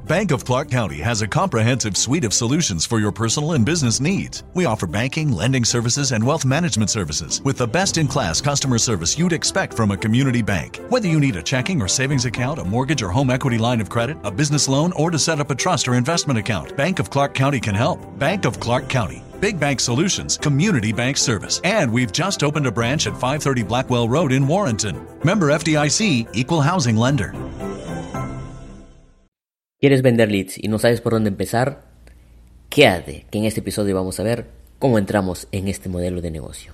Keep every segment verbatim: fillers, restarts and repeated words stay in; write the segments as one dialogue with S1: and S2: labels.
S1: Bank of Clark County has a comprehensive suite of solutions for your personal and business needs. We offer banking, lending services, and wealth management services with the best-in-class customer service you'd expect from a community bank. Whether you need a checking or savings account, a mortgage or home equity line of credit, a business loan, or to set up a trust or investment account, Bank of Clark County can help. Bank of Clark County. Big Bank Solutions, Community Bank Service. And we've just opened a branch at five thirty Blackwell Road in Warrenton. Member F D I C, Equal Housing Lender.
S2: ¿Quieres vender leads y no sabes por dónde empezar? Quédate, que en este episodio vamos a ver cómo entramos en este modelo de negocio.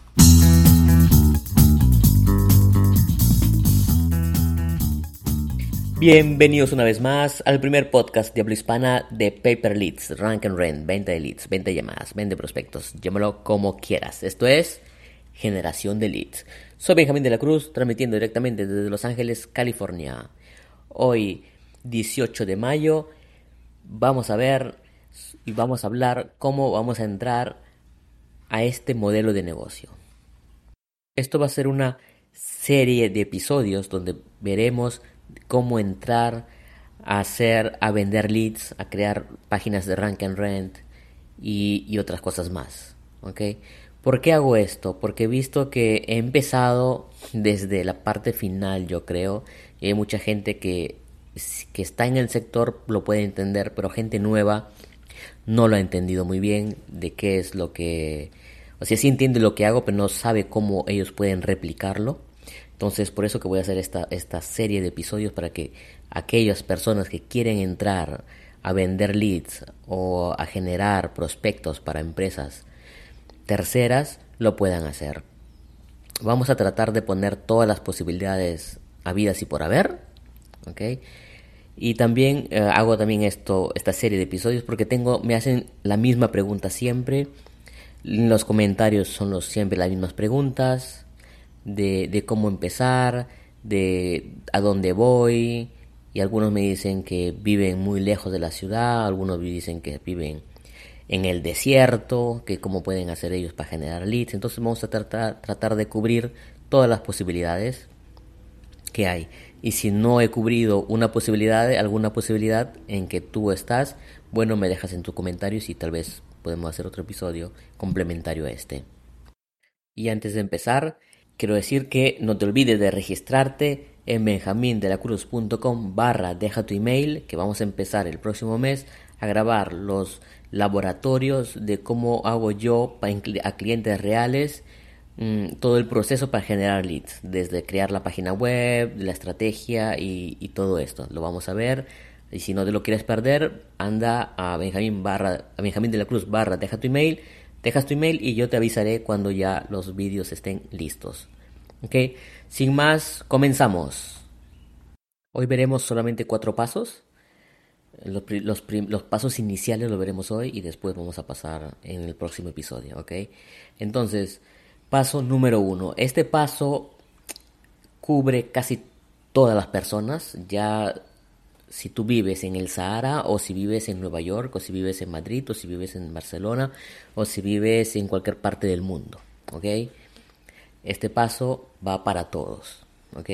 S2: Bienvenidos una vez más al primer podcast de habla hispana de Paper Leads, Rank and Rent, venta de leads, venta de llamadas, venta de prospectos, llámalo como quieras. Esto es generación de leads. Soy Benjamín de la Cruz, transmitiendo directamente desde Los Ángeles, California. Hoy, dieciocho de mayo, vamos a ver y vamos a hablar cómo vamos a entrar a este modelo de negocio. Esto va a ser una serie de episodios donde veremos cómo entrar a hacer, a vender leads, a crear páginas de Rank and Rent y, y otras cosas más, ¿ok? ¿Por qué hago esto? Porque he visto que he empezado desde la parte final, yo creo, y hay mucha gente que que está en el sector lo puede entender, pero gente nueva no lo ha entendido muy bien de qué es lo que... O sea, sí entiende lo que hago, pero no sabe cómo ellos pueden replicarlo. Entonces, por eso que voy a hacer esta, esta serie de episodios para que aquellas personas que quieren entrar a vender leads o a generar prospectos para empresas terceras lo puedan hacer. Vamos a tratar de poner todas las posibilidades habidas y por haber, ¿ok? Y también eh, hago también esto, esta serie de episodios porque tengo, me hacen la misma pregunta siempre. Los comentarios son los, siempre las mismas preguntas de, de cómo empezar, de a dónde voy. Y algunos me dicen que viven muy lejos de la ciudad, algunos me dicen que viven en el desierto, que cómo pueden hacer ellos para generar leads. Entonces vamos a tratar, tratar de cubrir todas las posibilidades que hay. Y si no he cubrido una posibilidad, alguna posibilidad en que tú estás, bueno, me dejas en tus comentarios y tal vez podemos hacer otro episodio complementario a este. Y antes de empezar, quiero decir que no te olvides de registrarte en benjamindelacruz.com barra deja tu email, que vamos a empezar el próximo mes a grabar los laboratorios de cómo hago yo a clientes reales todo el proceso para generar leads, desde crear la página web, la estrategia y, y todo esto. Lo vamos a ver. Y si no te lo quieres perder, anda a Benjamín barra, a Benjamín de la Cruz barra deja tu email, dejas tu email y yo te avisaré cuando ya los vídeos estén listos. ¿Ok? Sin más, comenzamos. Hoy veremos solamente cuatro pasos. Los, los, los pasos iniciales los veremos hoy y después vamos a pasar en el próximo episodio. ¿Ok? Entonces, paso número uno. Este paso cubre casi todas las personas. Ya si tú vives en el Sahara, o si vives en Nueva York, o si vives en Madrid, o si vives en Barcelona, o si vives en cualquier parte del mundo, ¿ok? Este paso va para todos, ¿ok?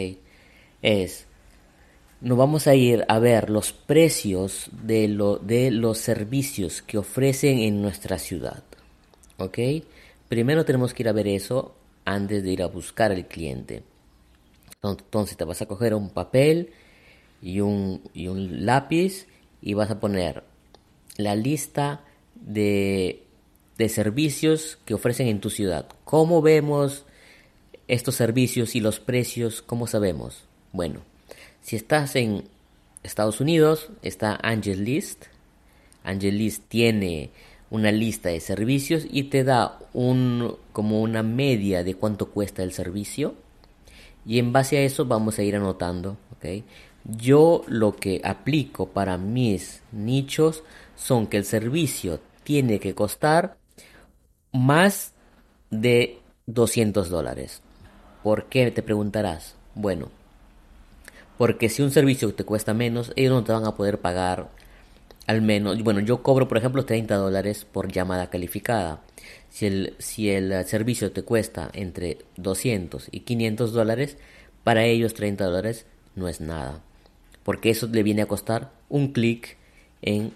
S2: Es, nos vamos a ir a ver los precios de, lo, de los servicios que ofrecen en nuestra ciudad, ¿ok? Primero tenemos que ir a ver eso antes de ir a buscar al cliente. Entonces te vas a coger un papel y un, y un lápiz y vas a poner la lista de, de servicios que ofrecen en tu ciudad. ¿Cómo vemos estos servicios y los precios? ¿Cómo sabemos? Bueno, si estás en Estados Unidos, está AngelList. AngelList tiene una lista de servicios y te da un, como una media de cuánto cuesta el servicio. Y en base a eso vamos a ir anotando, ¿ok? Yo lo que aplico para mis nichos son que el servicio tiene que costar más de doscientos dólares. ¿Por qué? Te preguntarás. Bueno, porque si un servicio te cuesta menos, ellos no te van a poder pagar al menos. Bueno, yo cobro, por ejemplo, treinta dólares por llamada calificada. Si el, si el servicio te cuesta entre doscientos y quinientos dólares, para ellos treinta dólares no es nada. Porque eso le viene a costar un clic en,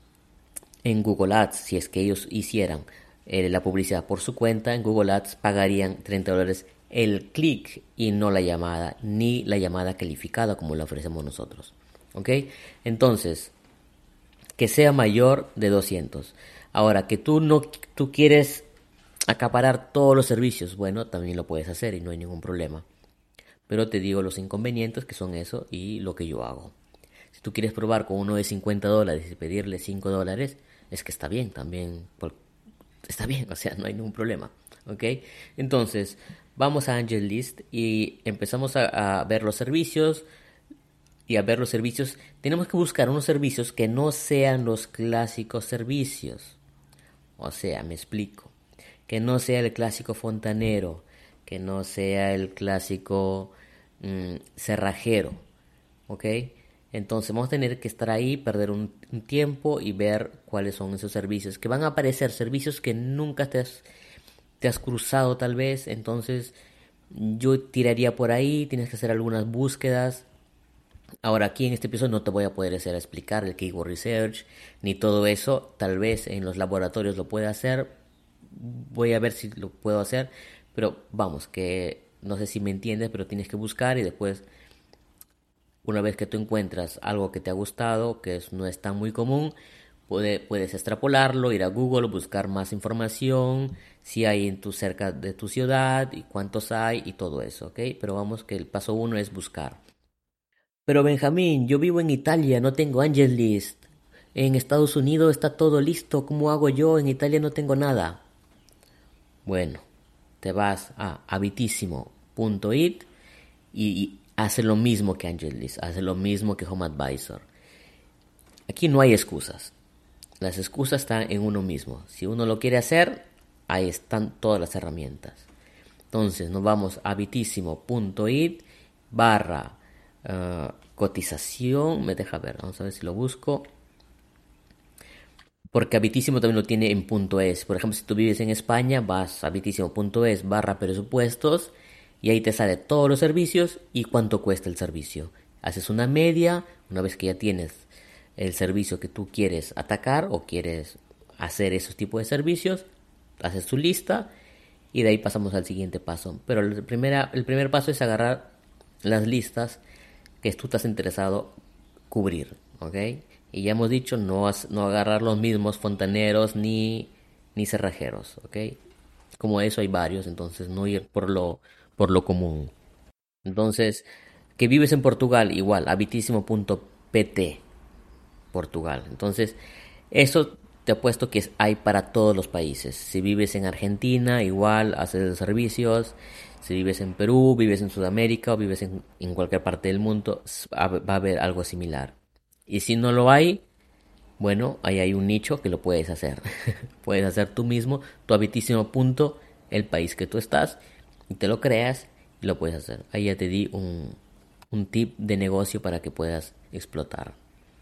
S2: en Google Ads. Si es que ellos hicieran eh, la publicidad por su cuenta, en Google Ads pagarían treinta dólares el clic y no la llamada, ni la llamada calificada como la ofrecemos nosotros. ¿Ok? Entonces, que sea mayor de doscientos. Ahora, que tú no tú quieres acaparar todos los servicios, bueno, también lo puedes hacer y no hay ningún problema. Pero te digo los inconvenientes que son eso y lo que yo hago. Si tú quieres probar con uno de cincuenta dólares y pedirle cinco dólares, es que está bien también. Está bien, o sea, no hay ningún problema. ¿Ok? Entonces, vamos a AngelList y empezamos a, a ver los servicios. Y a ver los servicios, tenemos que buscar unos servicios que no sean los clásicos servicios. O sea, me explico. Que no sea el clásico fontanero, que no sea el clásico mmm, cerrajero. ¿Ok? Entonces vamos a tener que estar ahí, perder un, un tiempo y ver cuáles son esos servicios. Que van a aparecer servicios que nunca te has, te has cruzado tal vez. Entonces yo tiraría por ahí, tienes que hacer algunas búsquedas. Ahora aquí en este episodio no te voy a poder hacer explicar el keyword research ni todo eso. Tal vez en los laboratorios lo pueda hacer. Voy a ver si lo puedo hacer. Pero vamos, que no sé si me entiendes, pero tienes que buscar y después, una vez que tú encuentras algo que te ha gustado, que es, no es tan muy común, puede, puedes extrapolarlo, ir a Google, buscar más información, si hay en tu cerca de tu ciudad y cuántos hay y todo eso, ¿ok? Pero vamos que el paso uno es buscar. Pero Benjamín, yo vivo en Italia, no tengo AngelList. En Estados Unidos está todo listo, ¿cómo hago yo? En Italia no tengo nada. Bueno, te vas a habitissimo punto it y, y hace lo mismo que AngelList, hace lo mismo que HomeAdvisor. Aquí no hay excusas. Las excusas están en uno mismo. Si uno lo quiere hacer, ahí están todas las herramientas. Entonces nos vamos a habitissimo punto it barra Uh, cotización, me deja ver, vamos a ver si lo busco, porque Habitissimo también lo tiene en punto .es. Por ejemplo, si tú vives en España, vas a habitissimo punto es barra presupuestos y ahí te sale todos los servicios y cuánto cuesta el servicio. Haces una media, una vez que ya tienes el servicio que tú quieres atacar o quieres hacer esos tipos de servicios, haces tu lista y de ahí pasamos al siguiente paso. Pero el, primera, el primer paso es agarrar las listas que tú estás interesado cubrir, ¿ok? Y ya hemos dicho, no, no agarrar los mismos fontaneros ni, ni cerrajeros, ¿ok? Como eso hay varios, entonces no ir por lo, por lo común. Entonces, que vives en Portugal, igual, habitissimo punto pt, Portugal. Entonces, eso te apuesto que hay para todos los países. Si vives en Argentina, igual, haces servicios. Si vives en Perú, vives en Sudamérica o vives en, en cualquier parte del mundo, va a haber algo similar. Y si no lo hay, bueno, ahí hay un nicho que lo puedes hacer. Puedes hacer tú mismo tu habitissimo punto, el país que tú estás, y te lo creas y lo puedes hacer. Ahí ya te di un, un tip de negocio para que puedas explotar.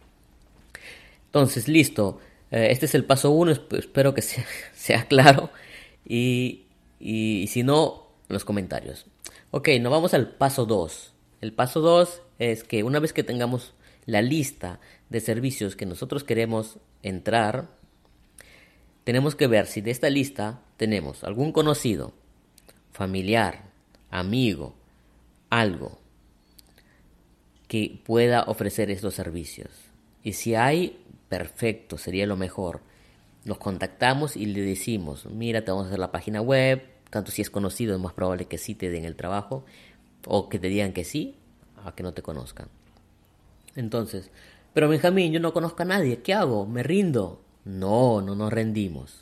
S2: Entonces, listo. Eh, este es el paso uno. Espero que sea, sea claro. Y, y, y si no, los comentarios. Ok, nos vamos al paso dos. El paso dos es que una vez que tengamos la lista de servicios que nosotros queremos entrar, tenemos que ver si de esta lista tenemos algún conocido, familiar, amigo, algo que pueda ofrecer estos servicios. Y si hay, perfecto, sería lo mejor. Los contactamos y le decimos, mira, te vamos a hacer la página web. Tanto si es conocido, es más probable que sí te den el trabajo o que te digan que sí, a que no te conozcan. Entonces, pero Benjamín, yo no conozco a nadie, ¿qué hago? ¿Me rindo? No, no nos rendimos.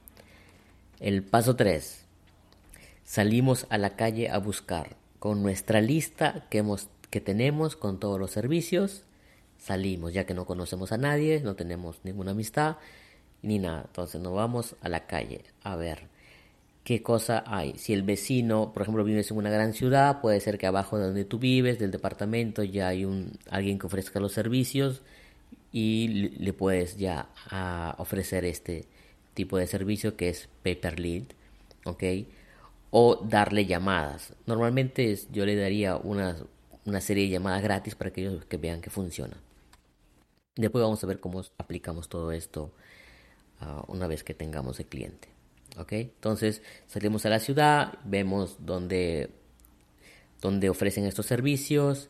S2: El paso tres. Salimos a la calle a buscar. Con nuestra lista que, hemos, que tenemos con todos los servicios, salimos, ya que no conocemos a nadie, no tenemos ninguna amistad ni nada. Entonces nos vamos a la calle a ver qué cosa hay. Si el vecino, por ejemplo, vives en una gran ciudad, puede ser que abajo de donde tú vives, del departamento, ya hay un alguien que ofrezca los servicios y le puedes ya a ofrecer este tipo de servicio que es pay per lead, ¿ok? O darle llamadas. Normalmente yo le daría una, una serie de llamadas gratis para que ellos que vean que funciona. Después vamos a ver cómo aplicamos todo esto uh, una vez que tengamos el cliente. ¿Ok? Entonces salimos a la ciudad, vemos dónde, dónde ofrecen estos servicios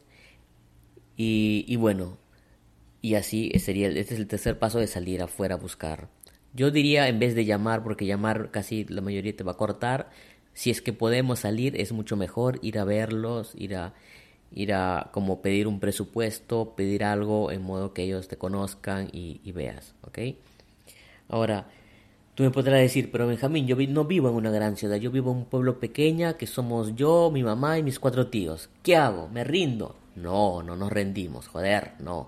S2: y, y bueno, y así sería, este es el tercer paso de salir afuera a buscar. Yo diría en vez de llamar, porque llamar casi la mayoría te va a cortar, si es que podemos salir es mucho mejor ir a verlos, ir a ir a como pedir un presupuesto, pedir algo en modo que ellos te conozcan y, y veas, ¿ok? Ahora, tú me podrás decir, pero Benjamín, yo vi- no vivo en una gran ciudad, yo vivo en un pueblo pequeño que somos yo, mi mamá y mis cuatro tíos. ¿Qué hago? ¿Me rindo? No, no nos rendimos, joder, no.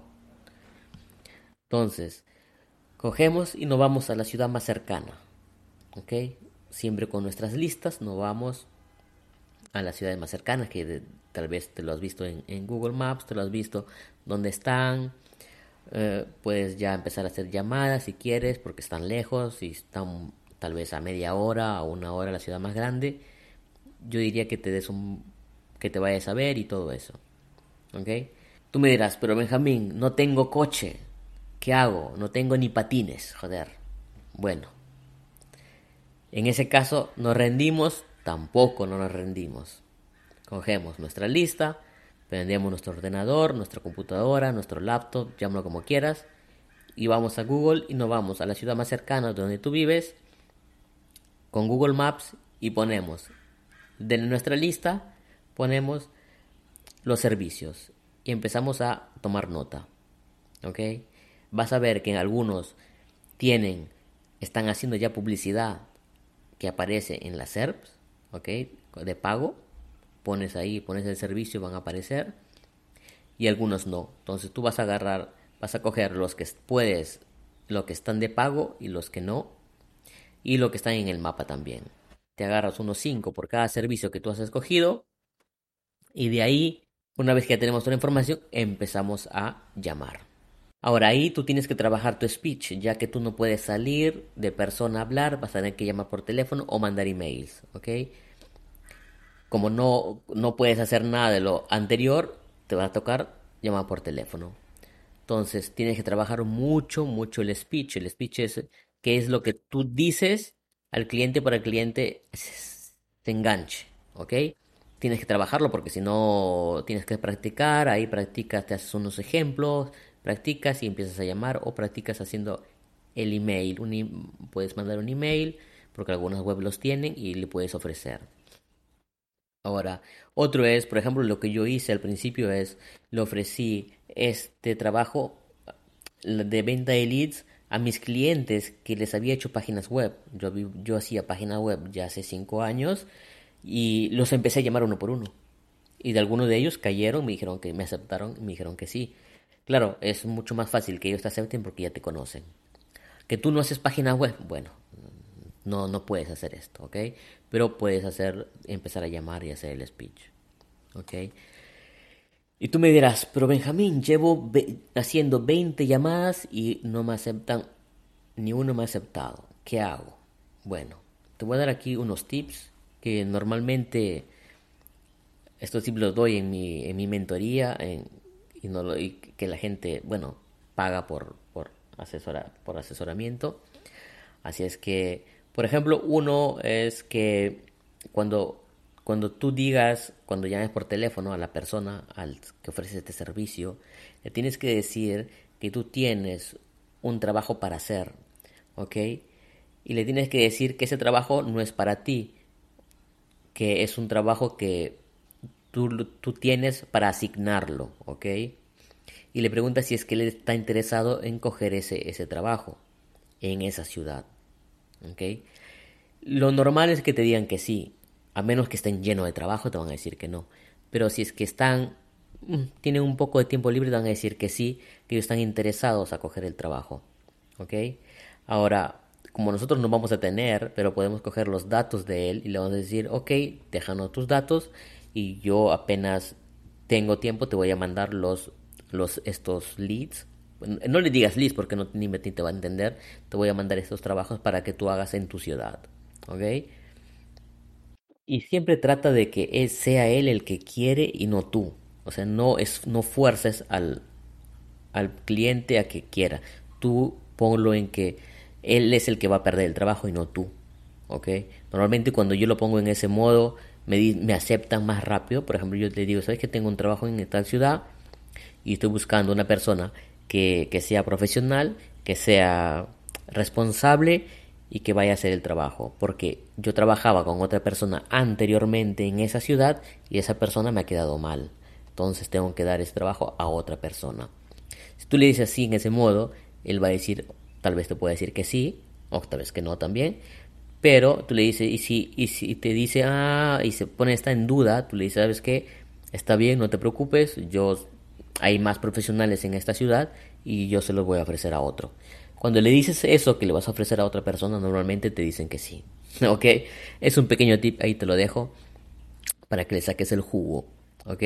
S2: Entonces, cogemos y nos vamos a la ciudad más cercana, ¿ok? Siempre con nuestras listas nos vamos a las ciudades más cercanas, que de- tal vez te lo has visto en, en Google Maps, te lo has visto dónde están. Eh, puedes ya empezar a hacer llamadas si quieres, porque están lejos, si están tal vez a media hora o una hora la ciudad más grande. Yo diría que te des un, que te vayas a ver y todo eso, ¿ok? Tú me dirás, pero Benjamín, no tengo coche, ¿qué hago? No tengo ni patines, joder. Bueno, en ese caso, ¿nos rendimos? Tampoco no nos rendimos. Cogemos nuestra lista, prendemos nuestro ordenador, nuestra computadora, nuestro laptop, llámalo como quieras, y vamos a Google y nos vamos a la ciudad más cercana de donde tú vives con Google Maps y ponemos de nuestra lista, ponemos los servicios y empezamos a tomar nota, ¿ok? Vas a ver que en algunos tienen, están haciendo ya publicidad que aparece en las S E R Ps, ¿ok? De pago, pones ahí, pones el servicio, van a aparecer, y algunos no. Entonces tú vas a agarrar, vas a coger los que puedes, los que están de pago y los que no, y lo que están en el mapa también. Te agarras unos cinco por cada servicio que tú has escogido, y de ahí, una vez que ya tenemos toda la información, empezamos a llamar. Ahora ahí tú tienes que trabajar tu speech, ya que tú no puedes salir de persona a hablar, vas a tener que llamar por teléfono o mandar emails, ¿ok? Como no, no puedes hacer nada de lo anterior, te va a tocar llamar por teléfono. Entonces tienes que trabajar mucho, mucho el speech. El speech es qué es lo que tú dices al cliente para que el cliente se enganche, ¿ok? Tienes que trabajarlo porque si no tienes que practicar, ahí practicas, te haces unos ejemplos, practicas y empiezas a llamar o practicas haciendo el email. Un e- puedes mandar un email porque algunas web los tienen y le puedes ofrecer. Ahora, otro es, por ejemplo, lo que yo hice al principio es, le ofrecí este trabajo de venta de leads a mis clientes que les había hecho páginas web. Yo, yo hacía páginas web ya hace cinco años y los empecé a llamar uno por uno. Y de algunos de ellos cayeron, me dijeron que me aceptaron, me dijeron que sí. Claro, es mucho más fácil que ellos te acepten porque ya te conocen. Que tú no haces páginas web, bueno, no, no puedes hacer esto, ¿ok? Pero puedes hacer, empezar a llamar y hacer el speech, ¿ok? Y tú me dirás, pero Benjamín, llevo ve- haciendo veinte llamadas y no me aceptan, ni uno me ha aceptado. ¿Qué hago? Bueno, te voy a dar aquí unos tips que normalmente estos tips los doy en mi, en mi mentoría en- y, no lo- y que la gente, bueno, paga por, por, asesora, por asesoramiento. Así es que, por ejemplo, uno es que cuando, cuando tú digas, cuando llames por teléfono a la persona al que ofrece este servicio, le tienes que decir que tú tienes un trabajo para hacer, ¿ok? Y le tienes que decir que ese trabajo no es para ti, que es un trabajo que tú, tú tienes para asignarlo, ¿ok? Y le preguntas si es que él está interesado en coger ese, ese trabajo en esa ciudad, ¿ok? Lo normal es que te digan que sí, a menos que estén llenos de trabajo, te van a decir que no. Pero si es que están, mm, tienen un poco de tiempo libre, te van a decir que sí, que ellos están interesados a coger el trabajo. ¿Ok? Ahora, como nosotros no vamos a tener, pero podemos coger los datos de él y le vamos a decir, ok, déjanos tus datos y yo apenas tengo tiempo te voy a mandar los, los estos leads. No le digas leads porque no ni, me- ni te va a entender. Te voy a mandar estos trabajos para que tú hagas en tu ciudad. ¿Ok? Y siempre trata de que él sea él el que quiere y no tú. O sea, no es no fuerces al, al cliente a que quiera. Tú ponlo en que él es el que va a perder el trabajo y no tú, ¿ok? Normalmente cuando yo lo pongo en ese modo, me, di- me aceptan más rápido. Por ejemplo, yo le digo, ¿sabes que tengo un trabajo en tal ciudad? Y estoy buscando una persona que, que sea profesional, que sea responsable y que vaya a hacer el trabajo, porque yo trabajaba con otra persona anteriormente en esa ciudad y esa persona me ha quedado mal, entonces tengo que dar ese trabajo a otra persona. Si tú le dices así en ese modo, él va a decir, tal vez te puede decir que sí, o tal vez que no también, pero tú le dices, y si, y si te dice, ah, y se pone esta en duda, tú le dices, ¿sabes qué? Está bien, no te preocupes, yo, hay más profesionales en esta ciudad y yo se los voy a ofrecer a otro. Cuando le dices eso que le vas a ofrecer a otra persona, normalmente te dicen que sí, ¿ok? Es un pequeño tip, ahí te lo dejo, para que le saques el jugo, ¿ok?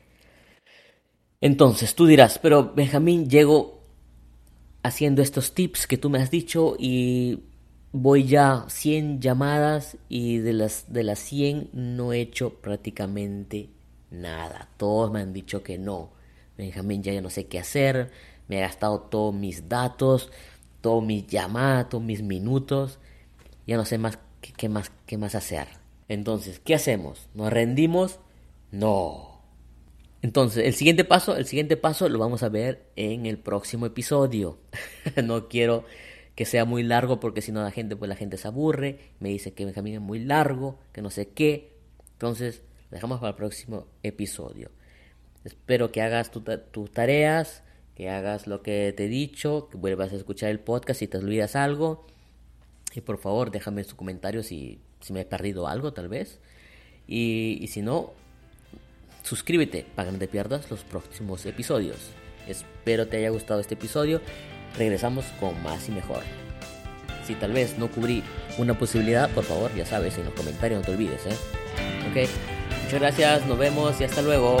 S2: Entonces, tú dirás, pero Benjamín, llego haciendo estos tips que tú me has dicho y voy ya cien llamadas y de las, de las cien no he hecho prácticamente nada. Todos me han dicho que no. Benjamín, ya, ya no sé qué hacer, me he gastado todos mis datos, todos mis llamadas, todos mis minutos, ya no sé más qué, qué más, qué más hacer. Entonces, ¿qué hacemos? ¿Nos rendimos? No. Entonces, el siguiente paso, el siguiente paso lo vamos a ver en el próximo episodio. No quiero que sea muy largo porque si no la gente, pues la gente se aburre, me dice que Benjamín es muy largo, que no sé qué. Entonces, lo dejamos para el próximo episodio. Espero que hagas tu, tus tareas, que hagas lo que te he dicho, que vuelvas a escuchar el podcast si te olvidas algo. Y por favor, déjame en tus comentarios si, si me he perdido algo, tal vez. Y, y si no, suscríbete para que no te pierdas los próximos episodios. Espero te haya gustado este episodio. Regresamos con más y mejor. Si tal vez no cubrí una posibilidad, por favor, ya sabes, en los comentarios no te olvides, ¿eh? Ok, muchas gracias, nos vemos y hasta luego.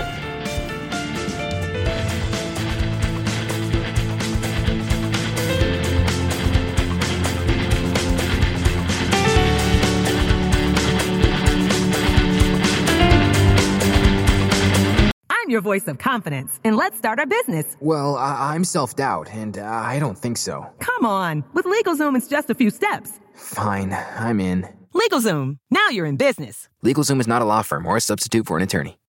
S3: Your voice of confidence, and let's start our business.
S4: Well, I- I'm self-doubt, and uh, I don't think so.
S3: Come on. With LegalZoom, it's just a few steps.
S4: Fine, I'm in.
S3: LegalZoom. Now you're in business.
S4: LegalZoom is not a law firm or a substitute for an attorney.